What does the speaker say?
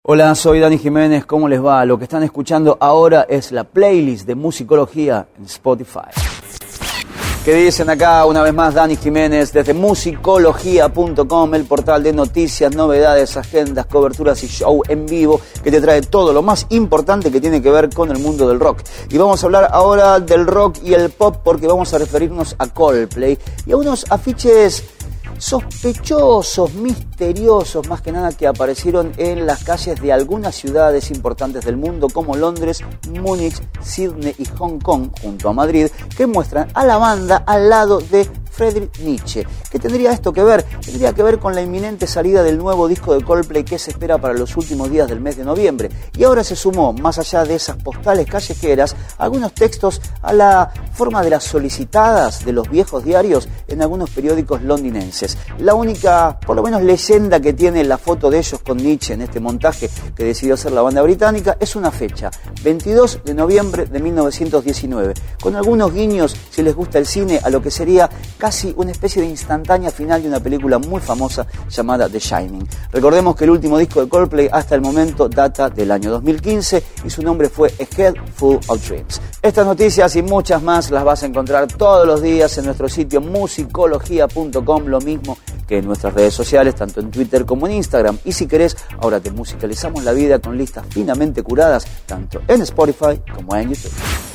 Hola, soy Dani Jiménez, ¿cómo les va? Lo que están escuchando ahora es la playlist de musicología en Spotify. ¿Qué dicen acá? Una vez más, Dani Jiménez desde musicología.com, el portal de noticias, novedades, agendas, coberturas y show en vivo que te trae todo lo más importante que tiene que ver con el mundo del rock. Y vamos a hablar ahora del rock y el pop porque vamos a referirnos a Coldplay y a unos afiches sospechosos, misteriosos, más que nada, que aparecieron en las calles de algunas ciudades importantes del mundo como Londres, Múnich, Sydney y Hong Kong, junto a Madrid, que muestran a la banda al lado de Friedrich Nietzsche. ¿Qué tendría esto que ver? Tendría que ver con la inminente salida del nuevo disco de Coldplay que se espera para los últimos días del mes de noviembre. Y ahora se sumó, más allá de esas postales callejeras, algunos textos a la forma de las solicitadas de los viejos diarios en algunos periódicos londinenses. La única, por lo menos, leyenda que tiene la foto de ellos con Nietzsche en este montaje que decidió hacer la banda británica es una fecha, 22 de noviembre de 1919, con algunos guiños, si les gusta el cine, a lo que sería casi una especie de instantánea final de una película muy famosa llamada The Shining. Recordemos que el último disco de Coldplay hasta el momento data del año 2015 y su nombre fue A Head Full of Dreams. Estas noticias y muchas más las vas a encontrar todos los días en nuestro sitio musicología.com, lo mismo que en nuestras redes sociales, tanto en Twitter como en Instagram. Y si querés, ahora te musicalizamos la vida con listas finamente curadas, tanto en Spotify como en YouTube.